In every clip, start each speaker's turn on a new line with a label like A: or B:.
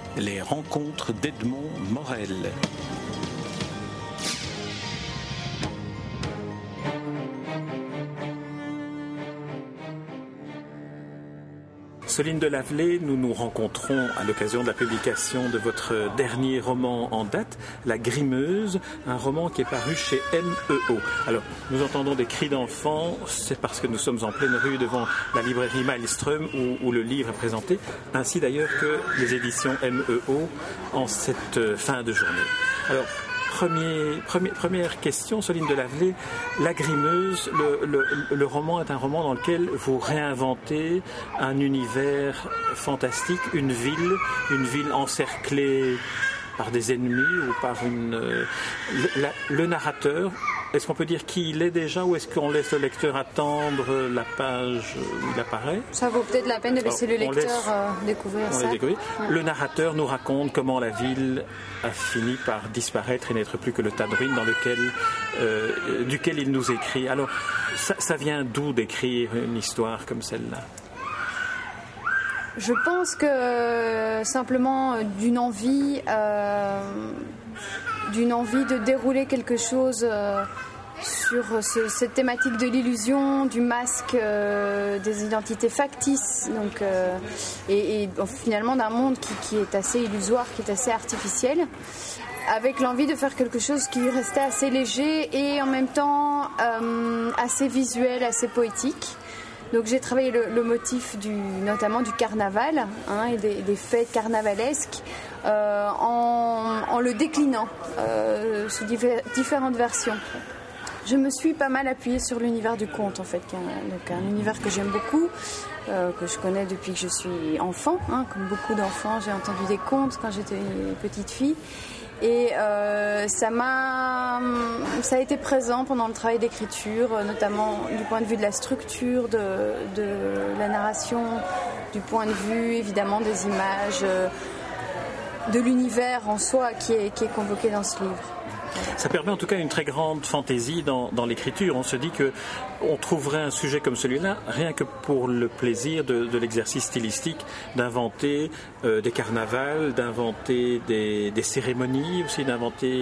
A: Les rencontres d'Edmond Morel. Soline Delavelay, nous nous rencontrons à l'occasion de la publication de votre dernier roman en date, La Grimeuse, un roman qui est paru chez MEO. Alors, nous entendons des cris d'enfants, c'est parce que nous sommes en pleine rue devant la librairie Maelström où le livre est présenté, ainsi d'ailleurs que les éditions MEO en cette fin de journée. Alors, première question, Soline Delavelay. La Grimeuse, le roman est un roman dans lequel vous réinventez un univers fantastique, une ville encerclée par des ennemis ou par le narrateur. Est-ce qu'on peut dire qui il est déjà ou est-ce qu'on laisse le lecteur attendre la page où il apparaît ?
B: Ça vaut peut-être la peine de laisser le lecteur découvrir ça.
A: Ouais. Le narrateur nous raconte comment la ville a fini par disparaître et n'être plus que le tas de ruines duquel il nous écrit. Alors, ça vient d'où d'écrire une histoire comme celle-là ?
B: Je pense que simplement d'une envie de dérouler quelque chose sur cette thématique de l'illusion, du masque, des identités factices, donc, et finalement d'un monde qui est assez illusoire, qui est assez artificiel, avec l'envie de faire quelque chose qui restait assez léger et en même temps assez visuel, assez poétique. Donc j'ai travaillé le motif notamment du carnaval et des fêtes carnavalesques en le déclinant sous différentes versions. Je me suis pas mal appuyée sur l'univers du conte en fait, donc un univers que j'aime beaucoup, que je connais depuis que je suis enfant, comme beaucoup d'enfants. J'ai entendu des contes quand j'étais petite fille. Et ça a été présent pendant le travail d'écriture, notamment du point de vue de la structure de la narration, du point de vue évidemment des images, de l'univers en soi qui est convoqué dans ce livre.
A: Ça permet en tout cas une très grande fantaisie dans l'écriture. On se dit qu'on trouverait un sujet comme celui-là rien que pour le plaisir de l'exercice stylistique, d'inventer des carnavals, d'inventer des cérémonies, aussi d'inventer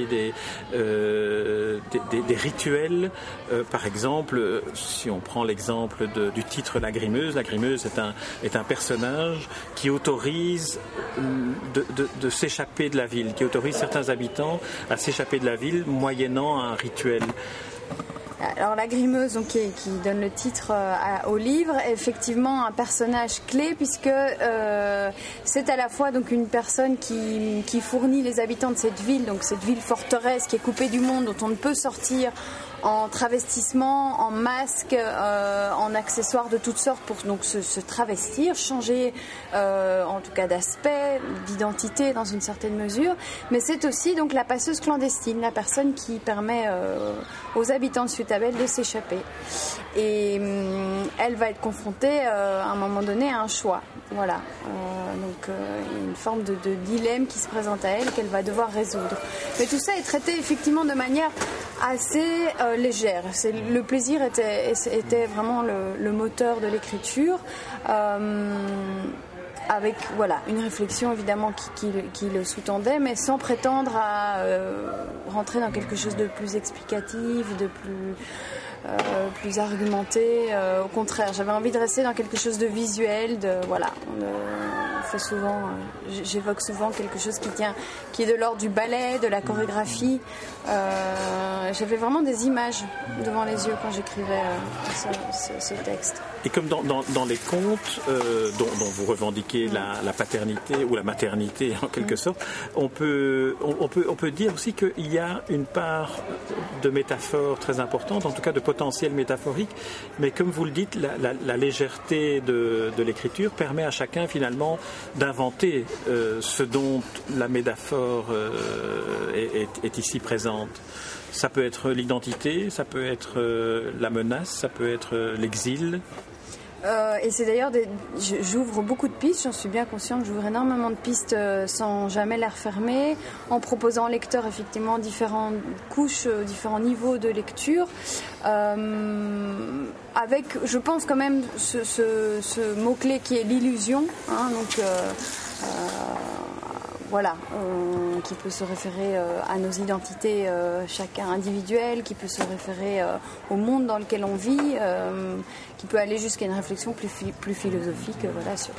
A: des rituels. Par exemple, si on prend l'exemple du titre La Grimeuse est un personnage qui autorise de s'échapper de la ville, qui autorise certains habitants à s'échapper de la ville moyennant un rituel.
B: Alors la Grimeuse, donc, qui donne le titre au livre, est effectivement un personnage clé puisque c'est à la fois donc une personne qui fournit les habitants de cette ville, donc cette ville forteresse qui est coupée du monde, dont on ne peut sortir, en travestissement, en masque, en accessoires de toutes sortes pour donc se travestir, changer en tout cas d'aspect, d'identité dans une certaine mesure. Mais c'est aussi donc la passeuse clandestine, la personne qui permet aux habitants de Sutabel de s'échapper. Et elle va être confrontée à un moment donné à un choix. Voilà. Donc il y a une forme de dilemme qui se présente à elle qu'elle va devoir résoudre. Mais tout ça est traité effectivement de manière assez légère. Le plaisir était vraiment le moteur de l'écriture, avec une réflexion évidemment qui le sous-tendait, mais sans prétendre à rentrer dans quelque chose de plus explicatif, de plus argumenté. Au contraire, j'avais envie de rester dans quelque chose de visuel, on fait souvent, j'évoque souvent quelque chose qui est de l'ordre du ballet, de la chorégraphie. J'avais vraiment des images devant les yeux quand j'écrivais ce texte.
A: Et comme dans les contes dont vous revendiquez la paternité ou la maternité en quelque sorte, on peut dire aussi qu'il y a une part de métaphore très importante, en tout cas de potentiel métaphorique, mais comme vous le dites, la légèreté de l'écriture permet à chacun finalement d'inventer ce dont la métaphore est ici présente. Ça peut être l'identité, ça peut être la menace, ça peut être l'exil.
B: Et c'est d'ailleurs, j'ouvre beaucoup de pistes, j'en suis bien consciente, j'ouvre énormément de pistes sans jamais les refermer, en proposant au lecteur effectivement différentes couches, différents niveaux de lecture, avec, je pense quand même, ce mot-clé qui est l'illusion, donc qui peut se référer à nos identités chacun individuelles, qui peut se référer au monde dans lequel on vit, qui peut aller jusqu'à une réflexion plus philosophique sur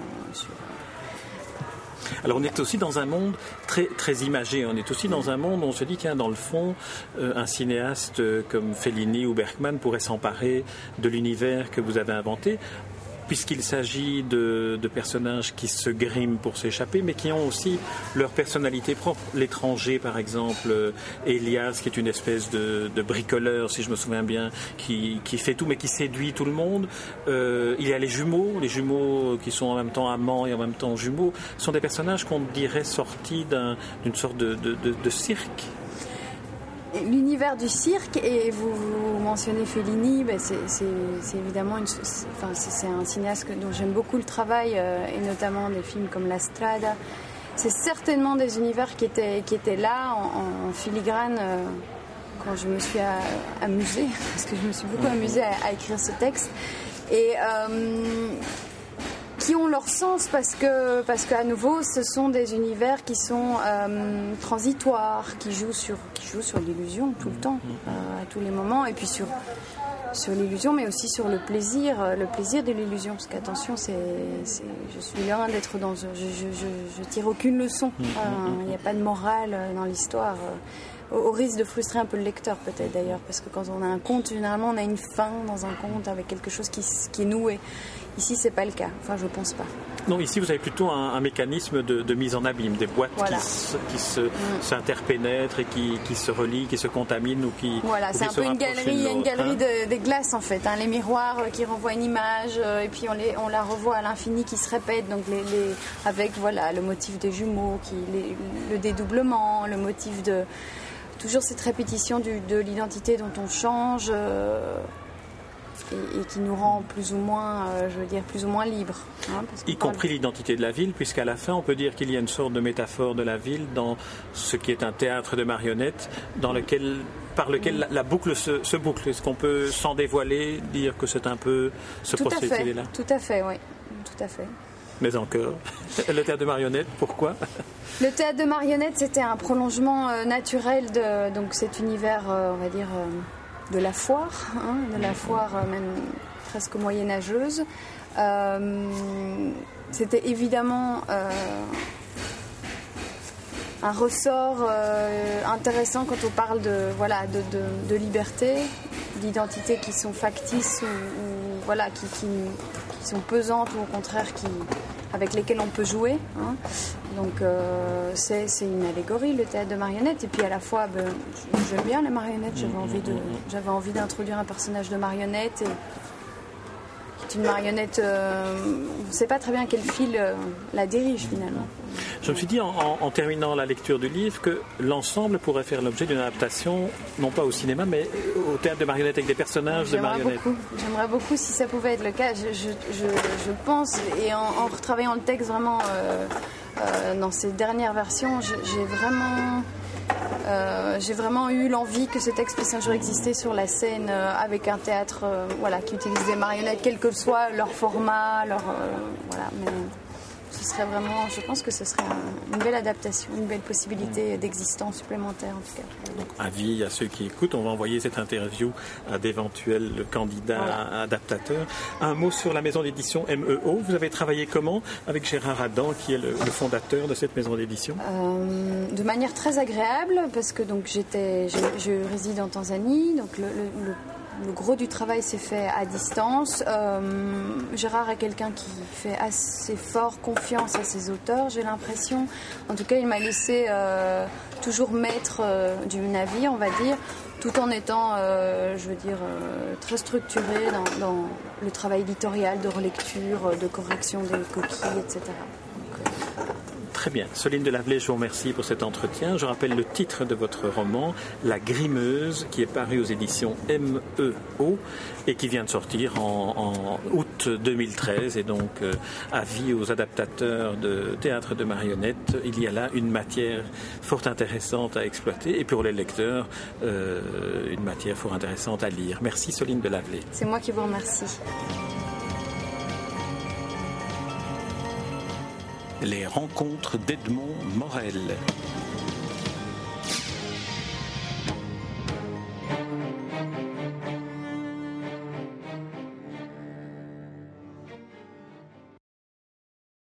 A: Alors on est aussi dans un monde très, très imagé, on est aussi dans un monde où on se dit tiens, dans le fond, un cinéaste comme Fellini ou Bergman pourrait s'emparer de l'univers que vous avez inventé, puisqu'il s'agit de personnages qui se griment pour s'échapper, mais qui ont aussi leur personnalité propre. L'étranger, par exemple, Elias, qui est une espèce de bricoleur, si je me souviens bien, qui fait tout, mais qui séduit tout le monde. Il y a les jumeaux qui sont en même temps amants et en même temps jumeaux. Ce sont des personnages qu'on dirait sortis d'une sorte de cirque.
B: L'univers du cirque, et vous mentionnez Fellini, c'est évidemment c'est un cinéaste dont j'aime beaucoup le travail, et notamment des films comme La Strada. C'est certainement des univers qui étaient là en filigrane quand je me suis amusée, parce que je me suis beaucoup amusée à écrire ce texte, et qui ont leur sens parce que à nouveau ce sont des univers qui sont transitoires, qui jouent sur l'illusion tout le temps, à tous les moments, et puis sur l'illusion, mais aussi sur le plaisir de l'illusion, parce qu'attention, je suis loin d'être dans je tire aucune leçon, il n'y a pas de morale dans l'histoire, au risque de frustrer un peu le lecteur peut-être d'ailleurs, parce que quand on a un conte, généralement on a une fin dans un conte avec quelque chose qui est noué. Ici, c'est pas le cas. Enfin, je pense pas.
A: Non, ici, vous avez plutôt un mécanisme de mise en abîme, des boîtes qui s'interpénètrent et qui se relient, qui se contaminent ou qui. Voilà,
B: c'est un peu une galerie des glaces en fait. Les miroirs qui renvoient une image, et puis on la revoit à l'infini qui se répète. Donc avec le motif des jumeaux, le dédoublement, le motif de toujours cette répétition de l'identité dont on change. Et qui nous rend plus ou moins libres.
A: Y compris l'identité de la ville, puisqu'à la fin, on peut dire qu'il y a une sorte de métaphore de la ville dans ce qui est un théâtre de marionnettes, par lequel la boucle se boucle. Est-ce qu'on peut, sans dévoiler, dire que c'est un peu ce procédé-là ?
B: Tout à fait, oui. Tout à fait.
A: Mais encore, le théâtre de marionnettes, pourquoi ?
B: Le théâtre de marionnettes, c'était un prolongement naturel de cet univers, on va dire... de la foire, même presque moyenâgeuse. C'était évidemment un ressort intéressant quand on parle de liberté, d'identités qui sont factices ou qui sont pesantes ou au contraire avec lesquelles on peut jouer. Donc c'est une allégorie, le théâtre de marionnettes, et puis à la fois j'aime bien les marionnettes, j'avais envie d'introduire un personnage de marionnette, et qui est une marionnette, on ne sait pas très bien quel fil la dirige finalement.
A: Je me suis dit en terminant la lecture du livre que l'ensemble pourrait faire l'objet d'une adaptation, non pas au cinéma, mais au théâtre de marionnettes avec des personnages de marionnettes.
B: J'aimerais beaucoup si ça pouvait être le cas. Je pense, et en retravaillant le texte vraiment dans ces dernières versions, j'ai vraiment eu l'envie que ce texte puisse un jour exister sur la scène avec un théâtre qui utilise des marionnettes, quel que soit leur format, mais ce serait vraiment, je pense que ce serait une belle adaptation, une belle possibilité d'existence supplémentaire en tout cas.
A: Donc, avis à ceux qui écoutent, on va envoyer cette interview à d'éventuels candidats adaptateurs. Un mot sur la maison d'édition MEO. Vous avez travaillé comment avec Gérard Adam, qui est le fondateur de cette maison d'édition ?
B: De manière très agréable, parce que donc je réside en Tanzanie, donc le gros du travail s'est fait à distance. Gérard est quelqu'un qui fait assez fort confiance à ses auteurs, j'ai l'impression. En tout cas, il m'a laissé toujours maître du navire, on va dire, tout en étant, très structuré dans le travail éditorial, de relecture, de correction des coquilles, etc.
A: Très bien. Soline Delavelay, je vous remercie pour cet entretien. Je rappelle le titre de votre roman, La Grimeuse, qui est paru aux éditions MEO et qui vient de sortir en août 2013. Et donc, avis aux adaptateurs de théâtre de marionnettes, il y a là une matière fort intéressante à exploiter et pour les lecteurs, une matière fort intéressante à lire. Merci Soline Delavelay.
B: C'est moi qui vous remercie.
A: Les rencontres d'Edmond Morel.